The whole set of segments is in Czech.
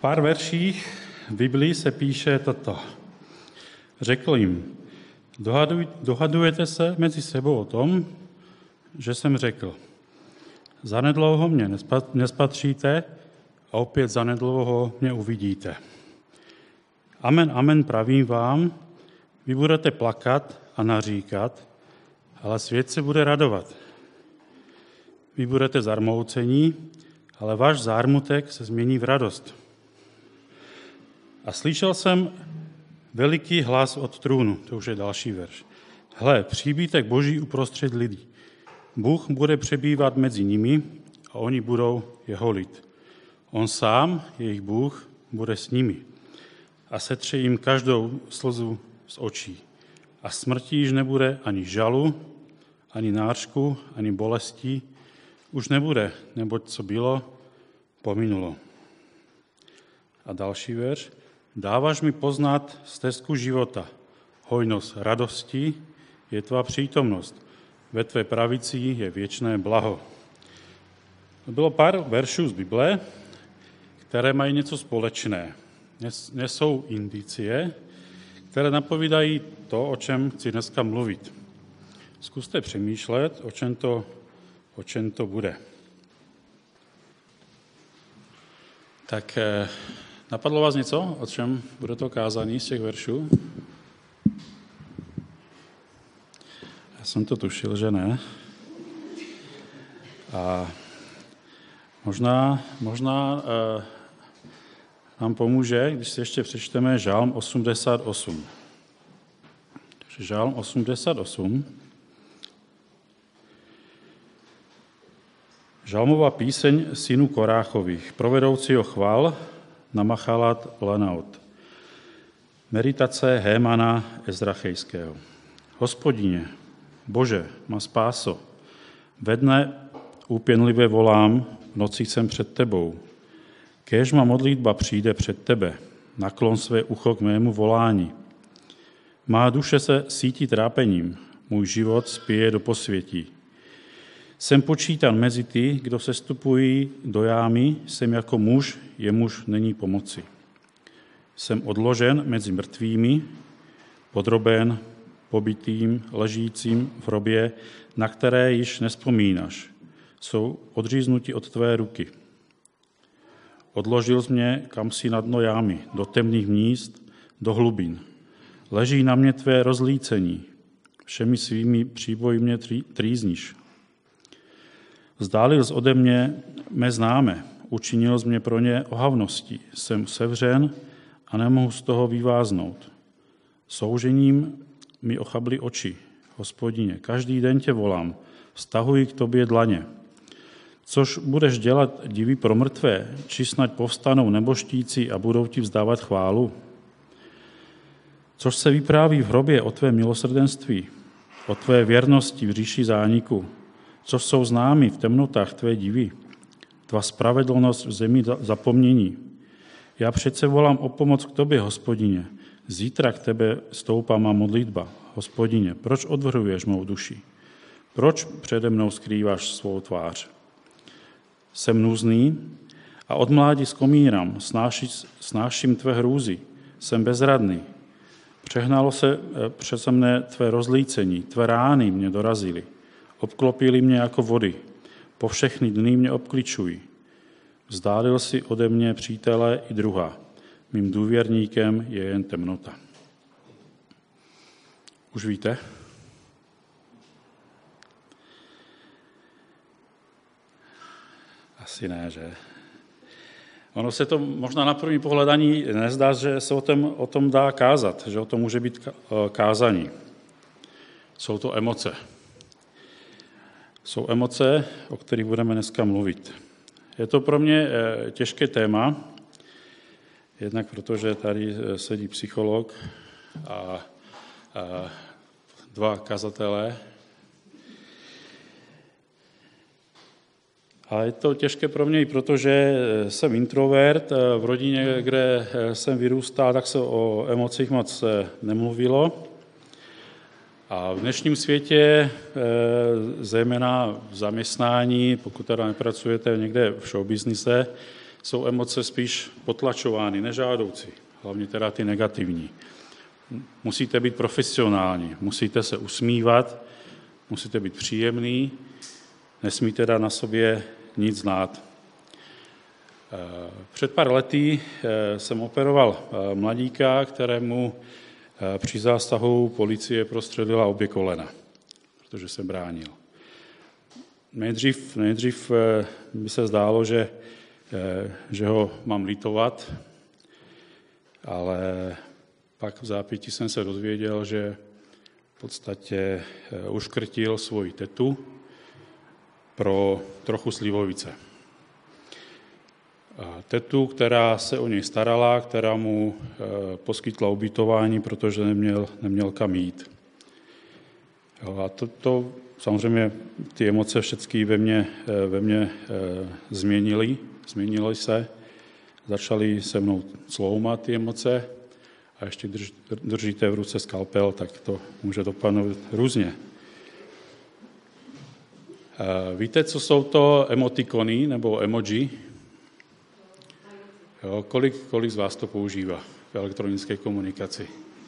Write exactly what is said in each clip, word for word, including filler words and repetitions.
pár verších v Biblii se píše toto. Řekl jim, dohaduj, dohadujete se mezi sebou o tom, že jsem řekl, zanedlouho mě nespatříte a opět zanedlouho mě uvidíte. Amen, amen, pravím vám, vy budete plakat a naříkat, ale svět se bude radovat. Vy budete zarmoucení, ale váš zármutek se změní v radost. A slyšel jsem veliký hlas od trůnu, to už je další verš. Hle, příbytek Boží uprostřed lidí. Bůh bude přebývat mezi nimi a oni budou jeho lid. On sám, jejich Bůh, bude s nimi a setře jim každou slzu z očí. A smrti již nebude ani žalu, ani nářku, ani bolesti. Už nebude, neboť co bylo, pominulo. A další verš. Dáváš mi poznat stezku života. Hojnost radosti je tvá přítomnost. Ve tvé pravici je věčné blaho. To bylo pár veršů z Bible, které mají něco společné. Nesou indicie, které napovídají to, o čem chci dneska mluvit. Zkuste přemýšlet, o čem to, o čem to bude. Tak napadlo vás něco, o čem bude to kázání z těch veršů? Já jsem to tušil, že ne. A možná, možná eh, nám pomůže, když si ještě přečteme Žálm osmdesát osm. Takže Žálm osmdesát osm. Žalmová píseň synů Koráchových, provedoucího chval na Machalat Lenaot. Meditace Hémana Ezrachejského. Hospodině, Bože, má spáso, ve dne úpěnlivě volám, v noci jsem před tebou. Kéž má modlitba přijde před tebe, naklon své ucho k mému volání. Má duše se sítí trápením, můj život spěje do posvětí. Jsem počítan mezi ty, kdo se stupují do jámy, jsem jako muž, jemuž není pomoci. Jsem odložen mezi mrtvými, podroben pobitým, ležícím v hrobě, na které již nespomínáš. Jsou odříznuti od tvé ruky. Odložil jsi mě kamsi na dno jámy, do temných míst, do hlubin. Leží na mě tvé rozlícení, všemi svými příboji mě trýzníš. Vzdálil jsi ode mě mé známé, učinil jsi mě pro ně ohavností. Jsem sevřen a nemohu z toho vyváznout. Soužením mi ochably oči, Hospodině, každý den tě volám, vztahuji k tobě dlaně. Což budeš dělat divy pro mrtvé, či snad povstanou neboštíci a budou ti vzdávat chválu? Což se vypráví v hrobě o tvé milosrdenství, o tvé věrnosti v říši zániku, což jsou známy v temnotách tvé divy, tvá spravedlnost v zemi zapomnění. Já přece volám o pomoc k tobě, Hospodině. Zítra k tebe stoupá má modlitba. Hospodině, proč odvrhuješ mou duši? Proč přede mnou skrýváš svou tvář? Jsem nuzný a od mládí zkomírám, snáším tvé hrůzy, jsem bezradný. Přehnalo se přeze mne tvé rozlícení, tvé rány mě dorazily, obklopily mě jako vody, po všechny dny mě obkličují. Vzdálil si ode mě přítele i druha, mým důvěrníkem je jen temnota. Už víte? Asi ne, že? Ono se to možná na první pohled ani nezdá, že se o tom, o tom dá kázat, že o tom může být kázání. Jsou to emoce. Jsou emoce, o kterých budeme dneska mluvit. Je to pro mě těžké téma, jednak protože tady sedí psycholog a, a dva kazatelé. A je to těžké pro mě i proto, že jsem introvert. V rodině, kde jsem vyrůstal, tak se o emocích moc nemluvilo. A v dnešním světě, zejména v zaměstnání, pokud teda nepracujete někde v showbiznise, jsou emoce spíš potlačovány, nežádoucí, hlavně teda ty negativní. Musíte být profesionální, musíte se usmívat, musíte být příjemný, nesmíte dát na sobě nic znát. Před pár lety jsem operoval mladíka, kterému při zásahu policie prostřelila obě kolena, protože se bránil. Nejdřív, nejdřív by se zdálo, že, že ho mám litovat, ale pak v zápětí jsem se dozvěděl, že v podstatě uškrtil svoji tetu pro trochu slivovice. Tetu, která se o něj starala, která mu poskytla ubytování, protože neměl, neměl kam jít. A to, to samozřejmě ty emoce všechny ve mně, ve mně změnily, změnily se, začaly se mnou cloumat ty emoce a ještě drž, držíte v ruce skalpel, tak to může dopadnout různě. Víte, co jsou to emotikony nebo emoji? Jo, kolik, kolik z vás to používá v elektronické komunikaci?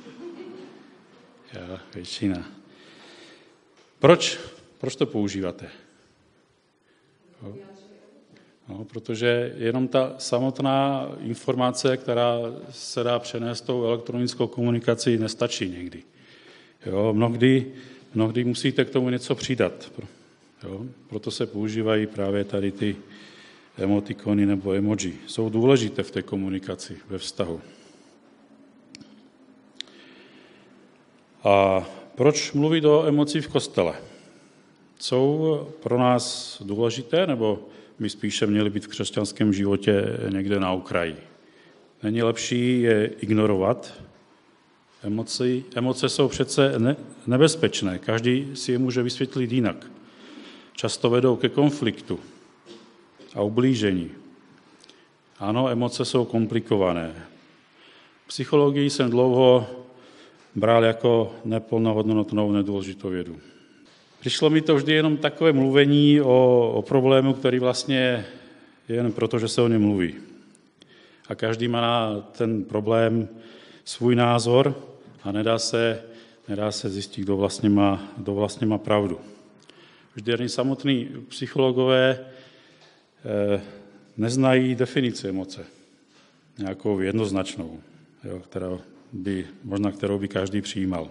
Jo, většina. Proč, proč to používáte? Jo. No, protože jenom ta samotná informace, která se dá přenést tou elektronickou komunikací, nestačí někdy. Jo, mnohdy, mnohdy musíte k tomu něco přidat. Jo, proto se používají právě tady ty emotikony nebo emoji. Jsou důležité v té komunikaci, ve vztahu. A proč mluvit o emocích v kostele? Jsou pro nás důležité, nebo by spíše měly být v křesťanském životě někde na okraji? Není lepší je ignorovat? Emoci, emoce jsou přece ne, nebezpečné. Každý si je může vysvětlit jinak. Často vedou ke konfliktu a ublížení. Ano, emoce jsou komplikované. Psychologii jsem dlouho bral jako neplnohodnotnou nedůležitou vědu. Přišlo mi to vždy jenom takové mluvení o, o problému, který vlastně je jen proto, že se o něm mluví. A každý má na ten problém svůj názor a nedá se, nedá se zjistit, kdo vlastně má, kdo vlastně má pravdu. Vždy ani samotní psychologové eh, neznají definici emoce, nějakou jednoznačnou, jo, která by, možná kterou by každý přijímal.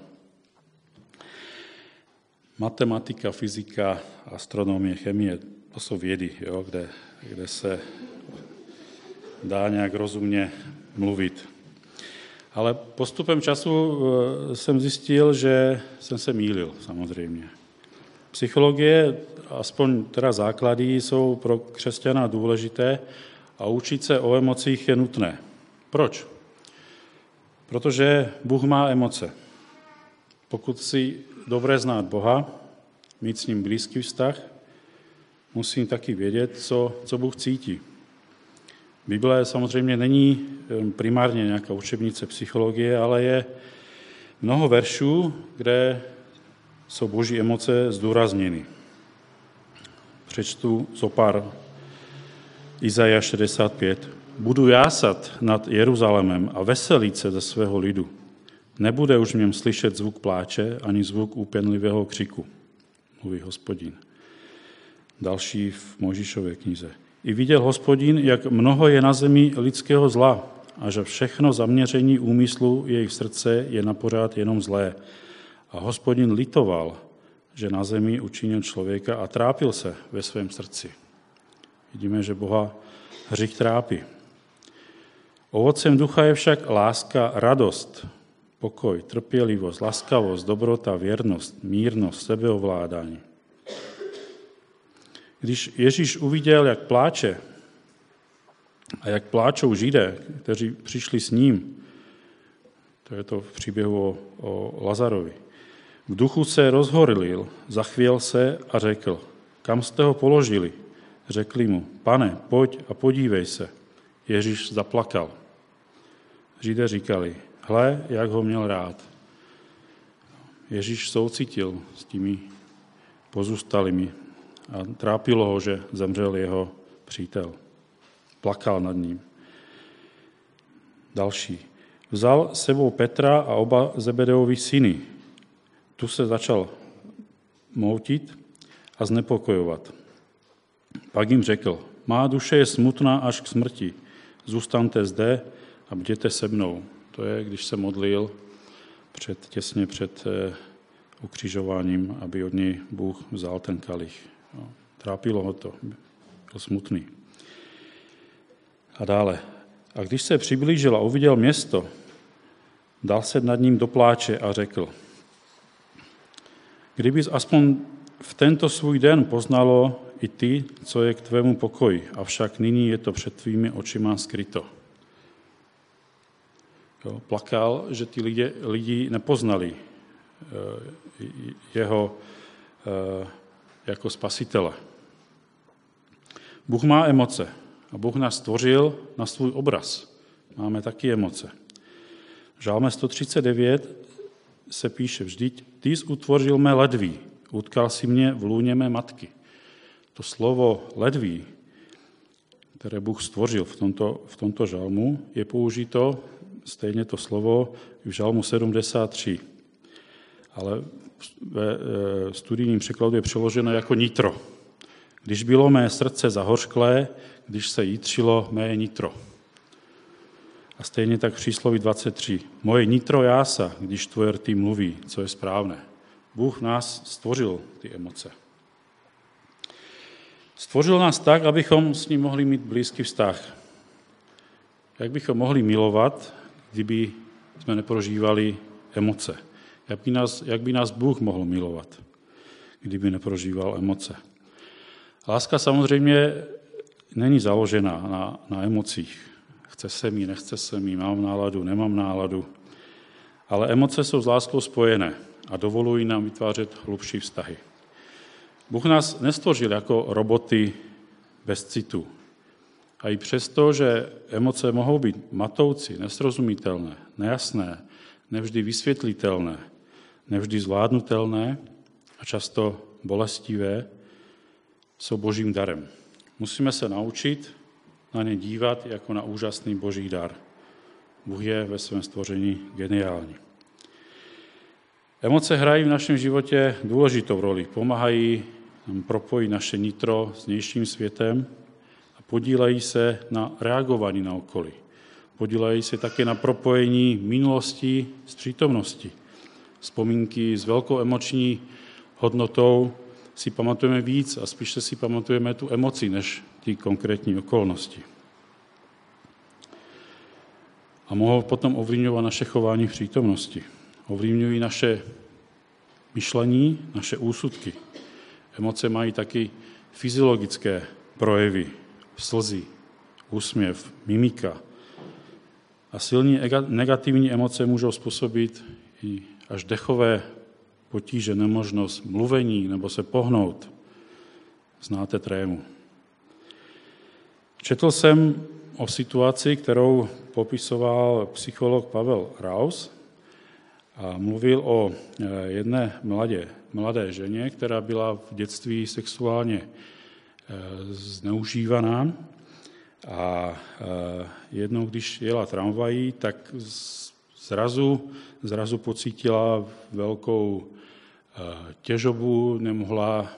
Matematika, fyzika, astronomie, chemie, to jsou vědy, jo, kde, kde se dá nějak rozumně mluvit. Ale postupem času jsem zjistil, že jsem se mýlil, samozřejmě. Psychologie, aspoň teda základy, jsou pro křesťana důležité a učit se o emocích je nutné. Proč? Protože Bůh má emoce. Pokud si dobře znát Boha, mít s ním blízký vztah, musím taky vědět, co, co Bůh cítí. Bible samozřejmě není primárně nějaká učebnice psychologie, ale je mnoho veršů, kde jsou boží emoce zdůrazněny. Přečtu zo pár. Izaja šedesát pět. Budu jásat nad Jeruzalémem a veselit se ze svého lidu. Nebude už v něm slyšet zvuk pláče ani zvuk úpěnlivého křiku, mluví Hospodin. Další v Mojžíšově knize. I viděl Hospodin, jak mnoho je na zemi lidského zla a že všechno zaměření úmyslu jejich srdce je napořád jenom zlé. A Hospodin litoval, že na zemi učinil člověka a trápil se ve svém srdci. Vidíme, že Boha hřích trápí. Ovocem ducha je však láska, radost, pokoj, trpělivost, laskavost, dobrota, věrnost, mírnost, sebeovládání. Když Ježíš uviděl, jak pláče a jak pláčou Židé, kteří přišli s ním, to je to v příběhu o, o Lazarovi, v duchu se rozhorilil, zachvěl se a řekl, kam jste ho položili? Řekli mu, Pane, pojď a podívej se. Ježíš zaplakal. Židé říkali, hle, jak ho měl rád. Ježíš soucítil s těmi pozůstalými a trápilo ho, že zemřel jeho přítel. plakal nad ním. Další. Vzal sebou Petra a oba Zebedeovi syny. Tu se začal moutit a znepokojovat. Pak jim řekl, má duše je smutná až k smrti, zůstaňte zde a bděte se mnou. To je, když se modlil před, těsně před eh, ukřižováním, aby od něj Bůh vzal ten kalich. No, trápilo ho to, byl smutný. A dále. A když se přiblížil a uviděl město, dal se nad ním do pláče a řekl, kdybys aspoň v tento svůj den poznalo i ty, co je k tvému pokoji, avšak nyní je to před tvými očima skryto. Jo, plakal, že ty lidi, lidi nepoznali jeho jako spasitele. Bůh má emoce a Bůh nás stvořil na svůj obraz. Máme taky emoce. V Žalme sto třicet devět se píše, vždyť ty jsi utvořil mé ledví, utkal si mě v lůně mé matky. To slovo ledví, které Bůh stvořil v tomto, v tomto žalmu, je použito stejně to slovo v Žalmu sedmdesát tři. Ale ve studijním překladu je přeloženo jako nitro. Když bylo mé srdce zahořklé, když se jitřilo mé nitro. A stejně tak v přísloví dvacet tři. Moje nitro jása, když tvoje rty mluví, co je správné. Bůh nás stvořil ty emoce. Stvořil nás tak, abychom s ním mohli mít blízký vztah. Jak bychom mohli milovat, kdyby jsme neprožívali emoce? Jak by nás, jak by nás Bůh mohl milovat, kdyby neprožíval emoce? Láska samozřejmě není založená na, na emocích. Chce se mi, nechce se mi, mám náladu, nemám náladu. Ale emoce jsou s láskou spojené a dovolují nám vytvářet hlubší vztahy. Bůh nás nestvořil jako roboty bez citu. A i přesto, že emoce mohou být matoucí, nesrozumitelné, nejasné, nevždy vysvětlitelné, nevždy zvládnutelné a často bolestivé, jsou božím darem. Musíme se naučit na ně dívat jako na úžasný boží dar. Bůh je ve svém stvoření geniální. Emoce hrají v našem životě důležitou roli. Pomáhají nám propojit naše nitro s vnějším světem a podílejí se na reagování na okolí. Podílejí se také na propojení minulosti s přítomností. Vzpomínky s velkou emoční hodnotou si pamatujeme víc a spíše si pamatujeme tu emoci, než ty konkrétní okolnosti. A mohou potom ovlivňovat naše chování v přítomnosti. Ovlivňují naše myšlení, naše úsudky. Emoce mají taky fyziologické projevy, slzy, úsměv, mimika. A silní negativní emoce můžou způsobit i až dechové potíže, nemožnost mluvení nebo se pohnout. Znáte trému. Četl jsem o situaci, kterou popisoval psycholog Pavel Raus a mluvil o jedné mladé, mladé ženě, která byla v dětství sexuálně zneužívaná a jednou, když jela tramvají, tak zrazu, zrazu pocítila velkou těžobu, nemohla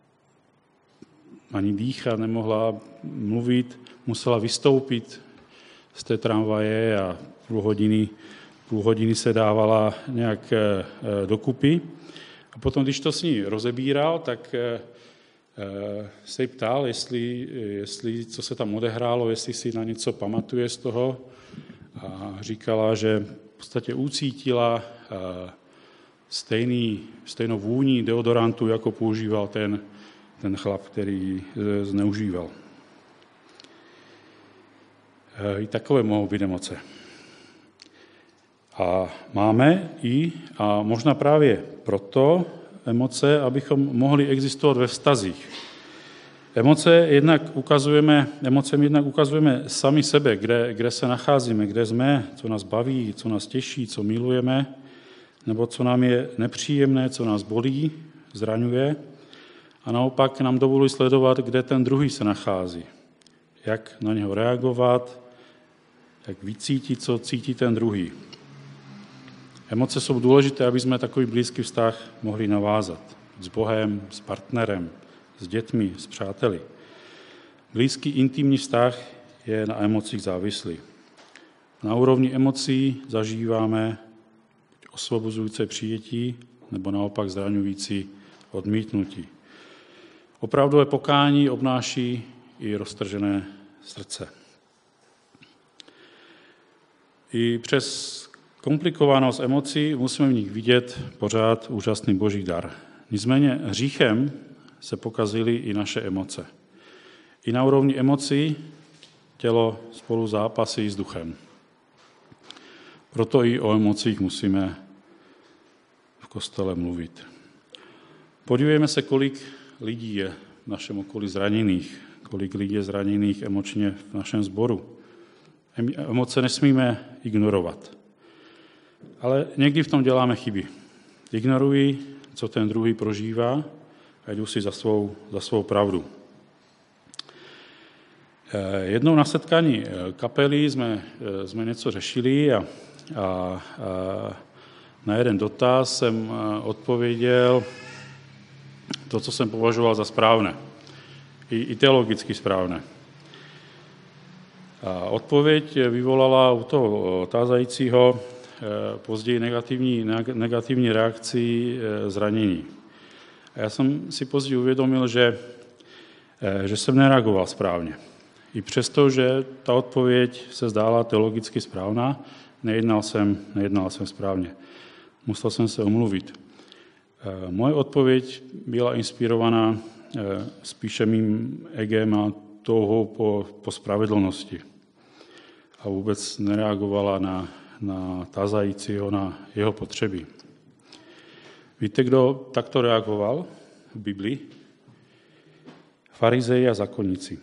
ani dýchat, nemohla mluvit, musela vystoupit z té tramvaje a půl hodiny, půl hodiny se dávala nějak dokupy. A potom, když to s ní rozebíral, tak se jí ptal, jestli, jestli, co se tam odehrálo, jestli si na něco pamatuje z toho. A říkala, že v podstatě ucítila stejný, stejnou vůni deodorantu, jako používal ten, ten chlap, který zneužíval. I takové mohou být emoce. A máme i, a možná právě proto, emoce, abychom mohli existovat ve vztazích. Emoce jednak ukazujeme, emocem jednak ukazujeme sami sebe, kde, kde se nacházíme, kde jsme, co nás baví, co nás těší, co milujeme, nebo co nám je nepříjemné, co nás bolí, zraňuje. A naopak nám dovolují sledovat, kde ten druhý se nachází. jak na něho reagovat, jak vycítit, co cítí ten druhý. Emoce jsou důležité, aby jsme takový blízký vztah mohli navázat s Bohem, s partnerem, s dětmi, s přáteli. Blízký intimní vztah je na emocích závislý. Na úrovni emocí zažíváme osvobozující přijetí nebo naopak zraňující odmítnutí. Opravdové pokání obnáší i roztržené srdce. I přes komplikovanost emocí musíme v nich vidět pořád úžasný boží dar. Nicméně hříchem se pokazily i naše emoce. I na úrovni emocí tělo spolu zápasí s duchem. Proto i o emocích musíme v kostele mluvit. Podívejme se, kolik lidí je v našem okolí zraněných, kolik lidí je zraněných emočně v našem sboru. Emoce nesmíme ignorovat. Ale někdy v tom děláme chyby. Ignoruji, co ten druhý prožívá a jdu si za svou, za svou pravdu. Jednou na setkání kapely jsme, jsme něco řešili a, a, a na jeden dotaz jsem odpověděl to, co jsem považoval za správné. I, i teologicky správné. A odpověď vyvolala u toho tázajícího později negativní, negativní reakci zranění. A já jsem si později uvědomil, že, že jsem nereagoval správně. I přesto, že ta odpověď se zdála teologicky správná, nejednal jsem, nejednal jsem správně. Musel jsem se omluvit. Moje odpověď byla inspirovaná spíše mým egem a touhou po, po spravedlnosti. A vůbec nereagovala na, na tázajícího, na jeho potřeby. Víte, kdo takto reagoval v Biblii? Farizeji a zákonníci.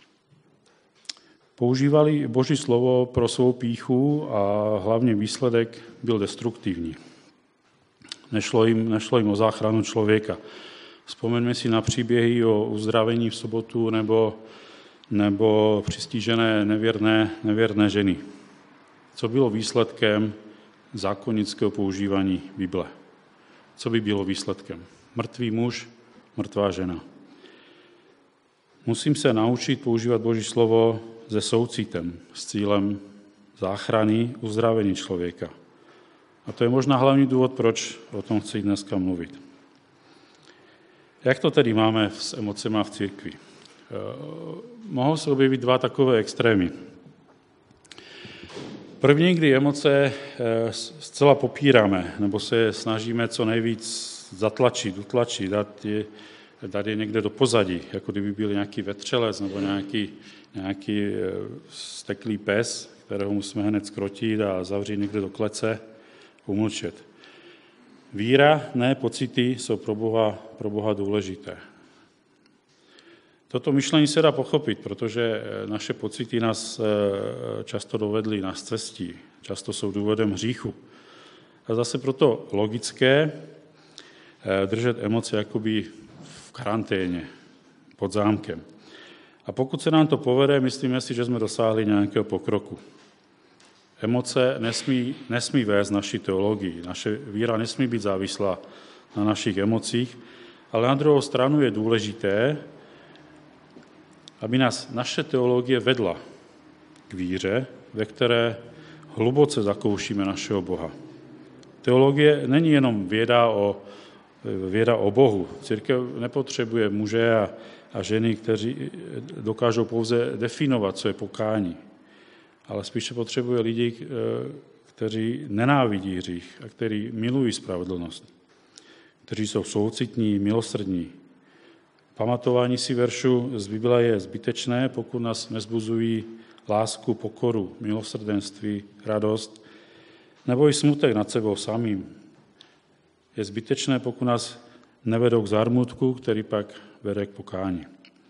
Používali Boží slovo pro svou pýchu a hlavně výsledek byl destruktivní. Nešlo jim, nešlo jim o záchranu člověka. Vzpomeňme si na příběhy o uzdravení v sobotu nebo, nebo přistížené nevěrné, nevěrné ženy. Co bylo výsledkem zákonnického používání Bible? Co by bylo výsledkem? Mrtvý muž, mrtvá žena. Musím se naučit používat Boží slovo se soucitem, s cílem záchrany, uzdravení člověka. A to je možná hlavní důvod, proč o tom chci dneska mluvit. Jak to tedy máme s emocemi v církvi? Mohou se objevit dva takové extrémy. První, kdy emoce zcela popíráme, nebo se snažíme co nejvíc zatlačit, utlačit, dát je, dát je někde do pozadí, jako kdyby byl nějaký vetřelec nebo nějaký, nějaký steklý pes, kterého musíme hned skrotit a zavřít někde do klece, umlčet. Víra, ne pocity, jsou pro Boha, pro Boha důležité. Toto myšlení se dá pochopit, protože naše pocity nás často dovedly na cestí, často jsou důvodem hříchu. A zase proto logické držet emoce jakoby v karanténě, pod zámkem. A pokud se nám to povede, myslíme si, že jsme dosáhli nějakého pokroku. Emoce nesmí, nesmí vést naši teologii. Naše víra nesmí být závislá na našich emocích, ale na druhou stranu je důležité, aby nás naše teologie vedla k víře, ve které hluboce zakoušíme našeho Boha. Teologie není jenom věda o, věda o Bohu. Církev nepotřebuje muže a, a ženy, kteří dokážou pouze definovat, co je pokání, ale spíše potřebuje lidi, kteří nenávidí hřích a kteří milují spravedlnost, kteří jsou soucitní, milosrdní. Pamatování si veršu z Bible je zbytečné, pokud nás nezbuzují lásku, pokoru, milosrdenství, radost, nebo i smutek nad sebou samým. Je zbytečné, pokud nás nevedou k zármutku, který pak vede k pokání.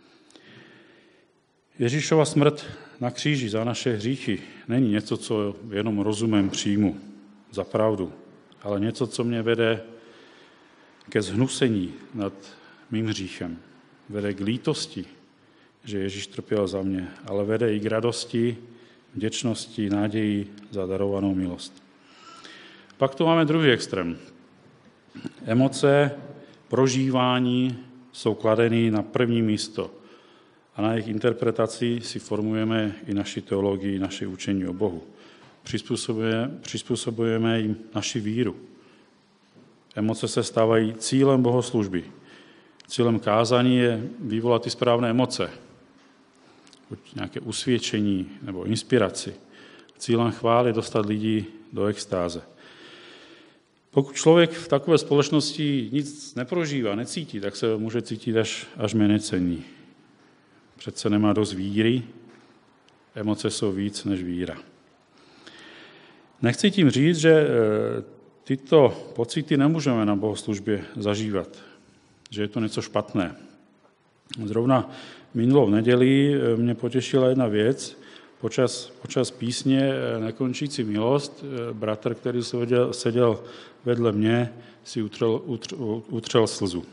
Ježíšova smrt na kříži za naše hříchy není něco, co jenom rozumem přijmu za pravdu, ale něco, co mě vede ke zhnusení nad mým hříchem. Vede k lítosti, že Ježíš trpěl za mě, ale vede i k radosti, vděčnosti, náději za darovanou milost. Pak tu máme druhý extrém. Emoce, prožívání jsou kladeny na první místo a na jejich interpretaci si formujeme i naši teologii, naše učení o Bohu. Přizpůsobujeme, přizpůsobujeme jim naši víru. Emoce se stávají cílem bohoslužby. Cílem kázání je vyvolat ty správné emoce, buď nějaké usvědčení nebo inspiraci. Cílem chvály je dostat lidi do extáze. Pokud člověk v takové společnosti nic neprožívá, necítí, tak se může cítit až, až méněcenný. Přece nemá dost víry, emoce jsou víc než víra. Nechci tím říct, že tyto pocity nemůžeme na bohoslužbě zažívat, že je to něco špatné. Zrovna minulou neděli mě potěšila jedna věc. Počas, počas písně Nekončící milost bratr, který seděl, seděl vedle mě, si utřel, utřel, utřel slzu.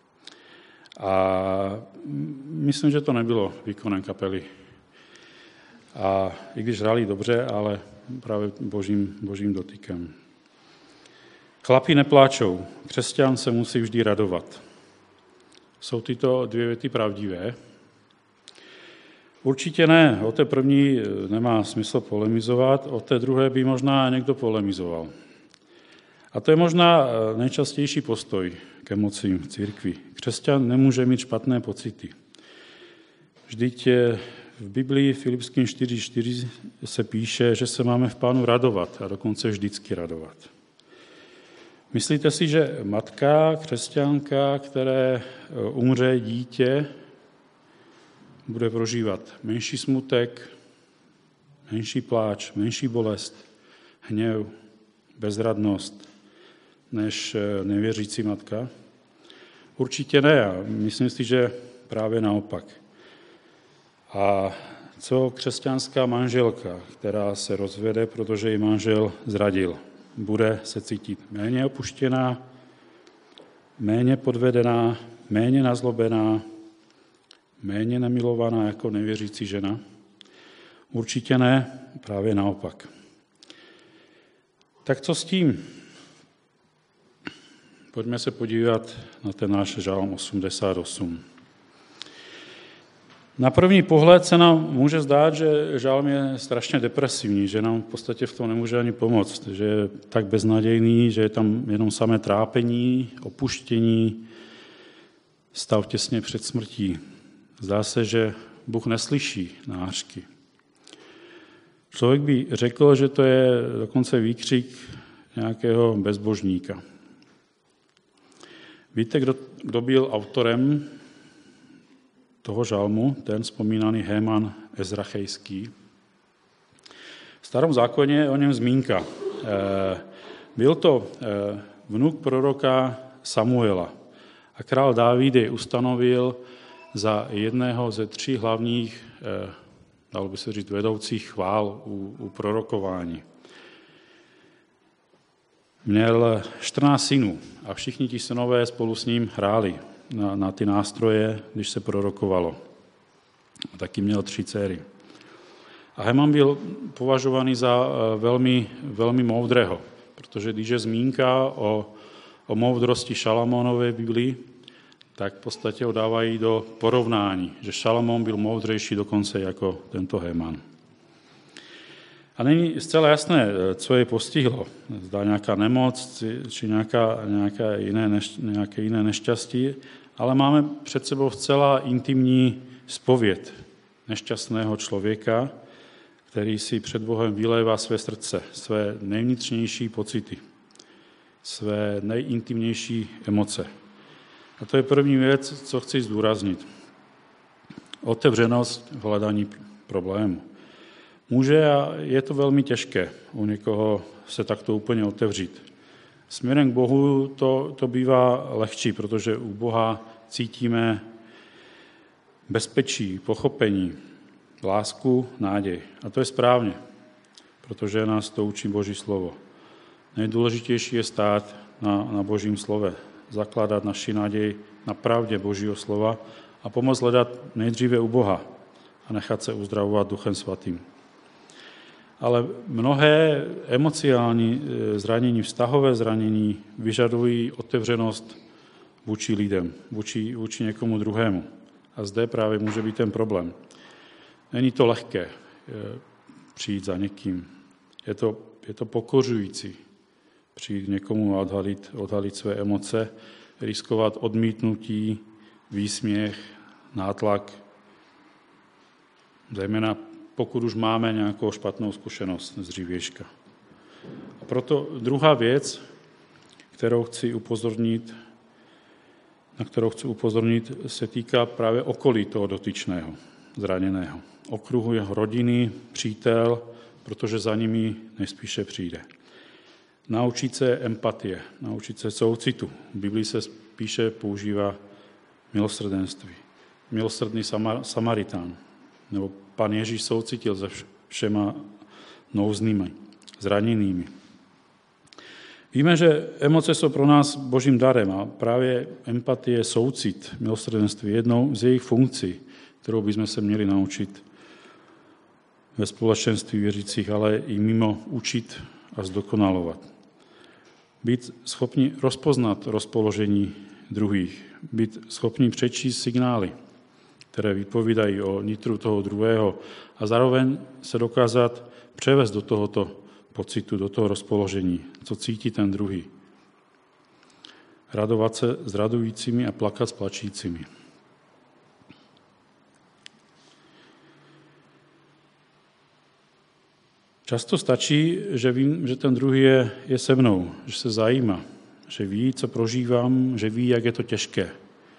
A myslím, že to nebylo výkonem kapely. A i když hráli dobře, ale právě božím, božím dotykem. Chlapi nepláčou, křesťan se musí vždy radovat. Jsou tyto dvě věty pravdivé? Určitě ne. O té první nemá smysl polemizovat, o té druhé by možná někdo polemizoval. A to je možná nejčastější postoj k emocím v církvi. Křesťan nemůže mít špatné pocity. Vždyť v Biblii Filipským čtyři čtyři se píše, že se máme v Pánu radovat a dokonce vždycky radovat. Myslíte si, že matka, křesťanka, které umře dítě, bude prožívat menší smutek, menší pláč, menší bolest, hněv, bezradnost než nevěřící matka? Určitě ne. A myslím si, že právě naopak. A co křesťanská manželka, která se rozvede, protože ji manžel zradil? Bude se cítit méně opuštěná, méně podvedená, méně nazlobená, méně nemilovaná jako nevěřící žena? Určitě ne, právě naopak. Tak co s tím? Pojďme se podívat na ten náš žálm osmdesát osm. Na první pohled se nám může zdát, že žálm je strašně depresivní, že nám v podstatě v tom nemůže ani pomoct, že je tak beznadějný, že je tam jenom samé trápení, opuštění, stav těsně před smrtí. Zdá se, že Bůh neslyší nářky. Člověk by řekl, že to je dokonce výkřik nějakého bezbožníka. Víte, kdo, kdo byl autorem toho žalmu, ten vzpomínaný Héman Ezrachejský? V Starém zákoně je o něm zmínka. Byl to vnuk proroka Samuela a král Dávid jej ustanovil za jedného ze tří hlavních, dalo by se říct, vedoucích chvál u, u prorokování. Měl čtrnáct synů a všichni ti synové spolu s ním hráli na, na ty nástroje, když se prorokovalo. A taky měl tři dcery. A Heman byl považovaný za velmi, velmi moudrého, protože když je zmínka o, o moudrosti Šalamonově Biblii, tak v podstatě ho dávají do porovnání, že Šalamón byl moudřejší dokonce jako tento Heman. A není zcela jasné, co je postihlo. Zdá nějaká nemoc či nějaká, nějaká jiné, neš, nějaké jiné nešťastí, ale máme před sebou zcela intimní zpověď nešťastného člověka, který si před Bohem vylévá své srdce, své nejvnitřnější pocity, své nejintimnější emoce. A to je první věc, co chci zdůraznit. Otevřenost v hledání problému. Může a je to velmi těžké u někoho se takto úplně otevřít. Směrem k Bohu to, to bývá lehčí, protože u Boha cítíme bezpečí, pochopení, lásku, náděj. A to je správně, protože nás to učí Boží slovo. Nejdůležitější je stát na, na Božím slove, zakládat naši naději na pravdě Božího slova a pomoct hledat nejdříve u Boha a nechat se uzdravovat Duchem Svatým. Ale mnohé emocionální zranění, vztahové zranění vyžadují otevřenost vůči lidem, vůči, vůči někomu druhému. A zde právě může být ten problém. Není to lehké přijít za někým. Je to, je to pokořující přijít někomu a odhalit, odhalit své emoce, riskovat odmítnutí, výsměch, nátlak, zejména pokud už máme nějakou špatnou zkušenost z dřívějška. A proto druhá věc, kterou chci upozornit, na kterou chci upozornit, se týká právě okolí toho dotyčného, zraněného. Okruhu jeho rodiny, přítel, protože za nimi nejspíše přijde. Naučit se empatie, naučit se soucitu. V Biblii se spíše používá milosrdenství. Milosrdný Samaritán, nebo Pán Ježíš soucitil se všema nouznými, zraněnými. Víme, že emoce jsou pro nás božím darem a právě empatie, soucit, milosrdenství je jednou z jejich funkcí, kterou bychom se měli naučit ve společenství věřících, ale i mimo učit a zdokonalovat. Být schopni rozpoznat rozpoložení druhých, být schopni přečíst signály, které vypovídají o nitru toho druhého a zároveň se dokázat převést do tohoto pocitu, do toho rozpoložení, co cítí ten druhý. Radovat se s radujícími a plakat s plačícími. Často stačí, že vím, že ten druhý je, je se mnou, že se zajímá, že ví, co prožívám, že ví, jak je to těžké.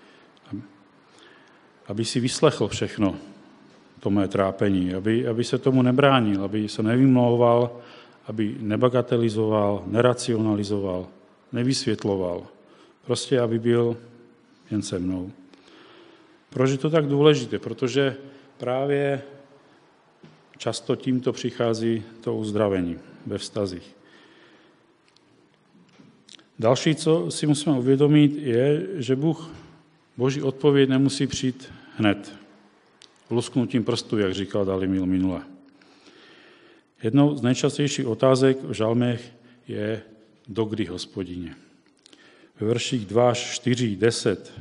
Aby si vyslechl všechno, to mé trápení, aby, aby se tomu nebránil, aby se nevymlouval, aby nebagatelizoval, neracionalizoval, nevysvětloval. Prostě, aby byl jen se mnou. Proč je to tak důležité? Protože právě často tímto přichází to uzdravení ve vztazích. Další, co si musíme uvědomit, je, že Bůh, Boží odpověď nemusí přijít hned. Lusknutím prstu, jak říkal Dalimil minule. Jednou z nejčastějších otázek v žalmech je dokdy, Hospodine. Ve verších dva až čtyři, deset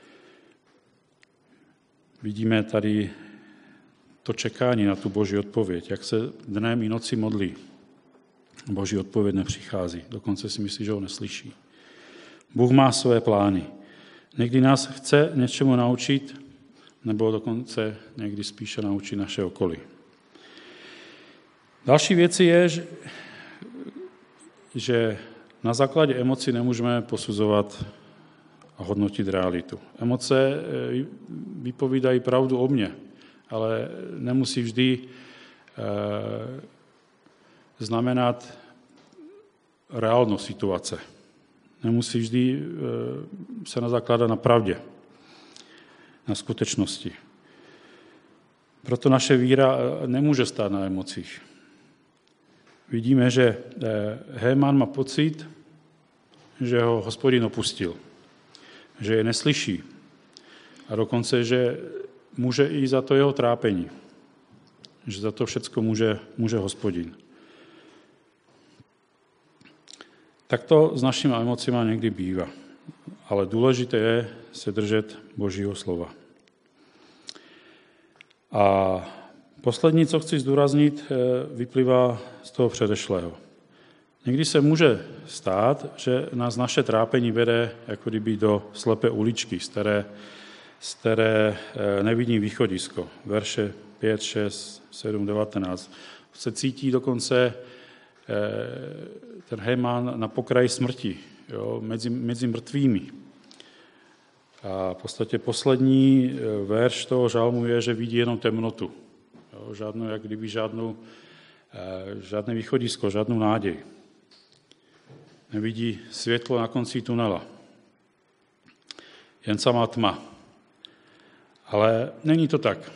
vidíme tady to čekání na tu Boží odpověď, jak se dnem i noci modlí. Boží odpověď nepřichází, dokonce si myslí, že ho neslyší. Bůh má své plány. Někdy nás chce něčemu naučit, nebo dokonce někdy spíše naučit naše okolí. Další věcí je, že na základě emocí nemůžeme posuzovat a hodnotit realitu. Emoce vypovídají pravdu o mně, ale nemusí vždy znamenat reálnou situace. Nemusí vždy se zakládat na pravdě, na skutečnosti. Proto naše víra nemůže stát na emocích. Vidíme, že Héman má pocit, že ho Hospodin opustil, že je neslyší a dokonce, že může i za to jeho trápení, že za to všecko může, může Hospodin. Tak to s našimi emocemi někdy bývá, ale důležité je se držet Božího slova. A poslední, co chci zdůraznit, vyplývá z toho předešlého. Někdy se může stát, že nás naše trápení vede jako kdyby do slepé uličky, z které, z které nevidí východisko. Verše pět, šest, sedm, devatenáct. Se cítí dokonce ten Héman na pokraji smrti, jo, mezi, mezi mrtvými. A v podstatě poslední verš toho žalmu je, že vidí jenom temnotu. Jo, žádnou, jak kdyby žádnou, žádné východisko, žádnou naděj. Nevidí světlo na konci tunela. Jen samá tma. Ale není to tak.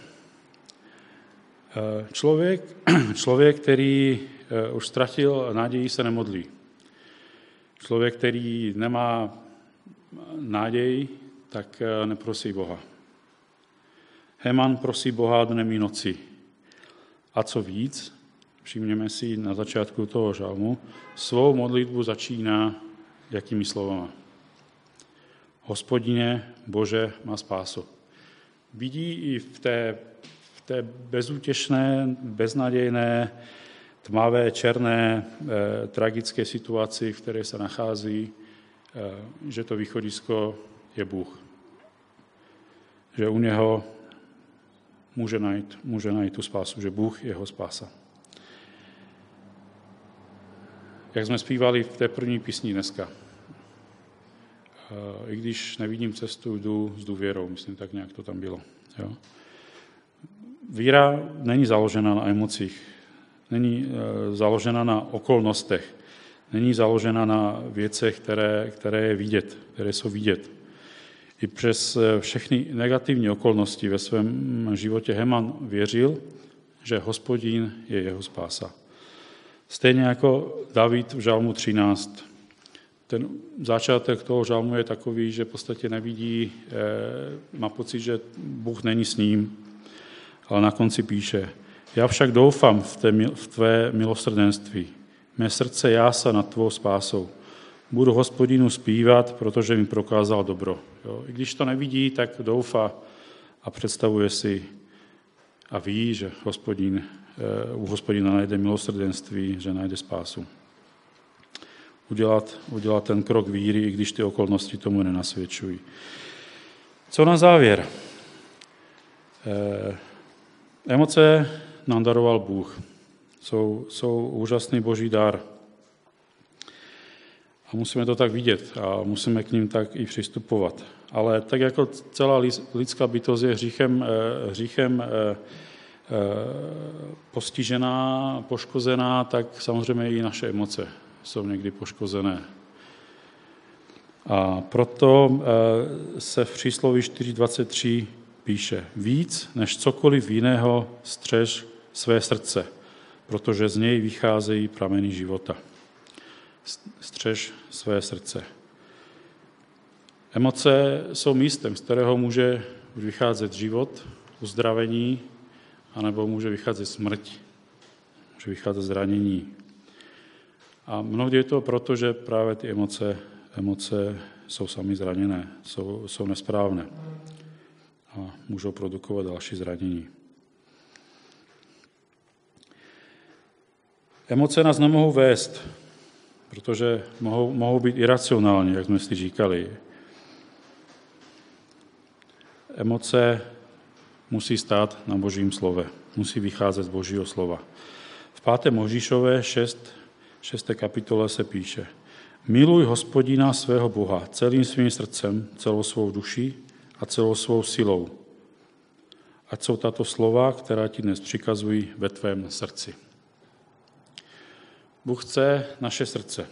Člověk, člověk, který už ztratil naději, se nemodlí. Člověk, který nemá naději, tak neprosí Boha. Heman prosí Boha dnem i noci. A co víc, všimněme si na začátku toho žalmu, svou modlitbu začíná jakými slovama? Hospodine, Bože, má spásu. Vidí i v té, v té bezútěšné, beznadějné, tmavé, černé, e, tragické situaci, v které se nachází, e, že to východisko je Bůh. Že u něho může najít, může najít tu spásu, že Bůh je jeho spása. Jak jsme zpívali v té první písni dneska. I když nevidím cestu, jdu s důvěrou, myslím, tak nějak to tam bylo. Jo? Víra není založena na emocích, není založena na okolnostech, není založena na věcech, které, které je vidět, které jsou vidět. I přes všechny negativní okolnosti ve svém životě Heman věřil, že Hospodin je jeho spása. Stejně jako David v žalmu třináct. Ten začátek toho žalmu je takový, že v podstatě nevidí, má pocit, že Bůh není s ním, ale na konci píše: Já však doufám v, té, v tvé milosrdenství. Mé srdce jásá nad tvou spásou. Budu Hospodinu zpívat, protože mi prokázal dobro. Jo? I když to nevidí, tak doufá a představuje si a ví, že Hospodin, u Hospodina najde milosrdenství, že najde spásu. Udělat, udělat ten krok víry, i když ty okolnosti tomu nenasvědčují. Co na závěr? E, emoce nám daroval Bůh. Jsou, jsou úžasný boží dar. A musíme to tak vidět a musíme k ním tak i přistupovat. Ale tak jako celá lidská bytost je hříchem, hříchem postižená, poškozená, tak samozřejmě i naše emoce jsou někdy poškozené. A proto se v přísloví čtyři dvacet tři píše: Víc než cokoliv jiného střež své srdce, protože z něj vycházejí prameny života. Střež své srdce. Emoce jsou místem, z kterého může vycházet život, uzdravení, anebo může vycházet smrt, může vycházet zranění. A mnohdy je to proto, že právě ty emoce, emoce jsou sami zraněné, jsou, jsou nesprávné a můžou produkovat další zranění. Emoce nás nemohou vést, protože mohou, mohou být iracionální, jak jsme si říkali. Emoce musí stát na Božím slove, musí vycházet z Božího slova. V páté Mojžíšové šest, šesté kapitole se píše: Miluj Hospodina svého Boha celým svým srdcem, celou svou duší a celou svou silou. Ať jsou tato slova, která ti dnes přikazují, ve tvém srdci. Bůh chce naše srdce.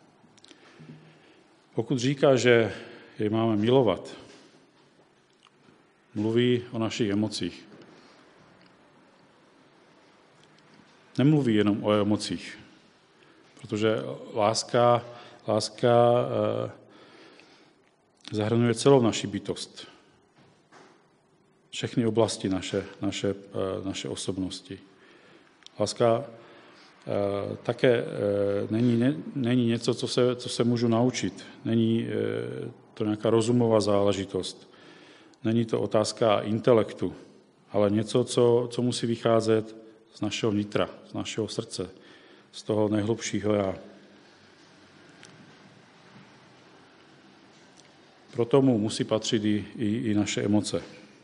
Pokud říká, že jej máme milovat, mluví o našich emocích. Nemluví jenom o emocích, protože láska, láska eh, zahrnuje celou naši bytost. Všechny oblasti naše, naše, eh, naše osobnosti. Láska eh, také eh, není, ne, není něco, co se, co se můžu naučit. Není eh, to nějaká rozumová záležitost. Není to otázka intelektu, ale něco, co, co musí vycházet z našeho nitra, z našeho srdce, z toho nejhlubšího já. Proto mu musí patřit i, i, i naše emoce.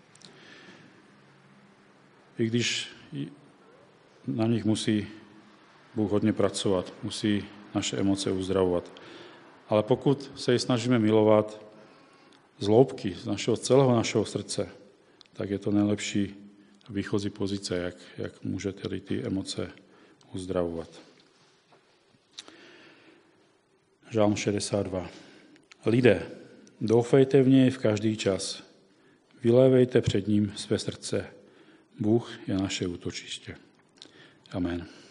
I když na nich musí Bůh hodně pracovat, musí naše emoce uzdravovat. Ale pokud se je snažíme milovat z hloubky, z našeho celého našeho srdce, tak je to nejlepší výchozí pozice, jak, jak můžete ty emoce uzdravovat. Žálm šedesát dva. Lidé, doufejte v něj v každý čas. Vylévejte před ním své srdce. Bůh je naše útočiště. Amen.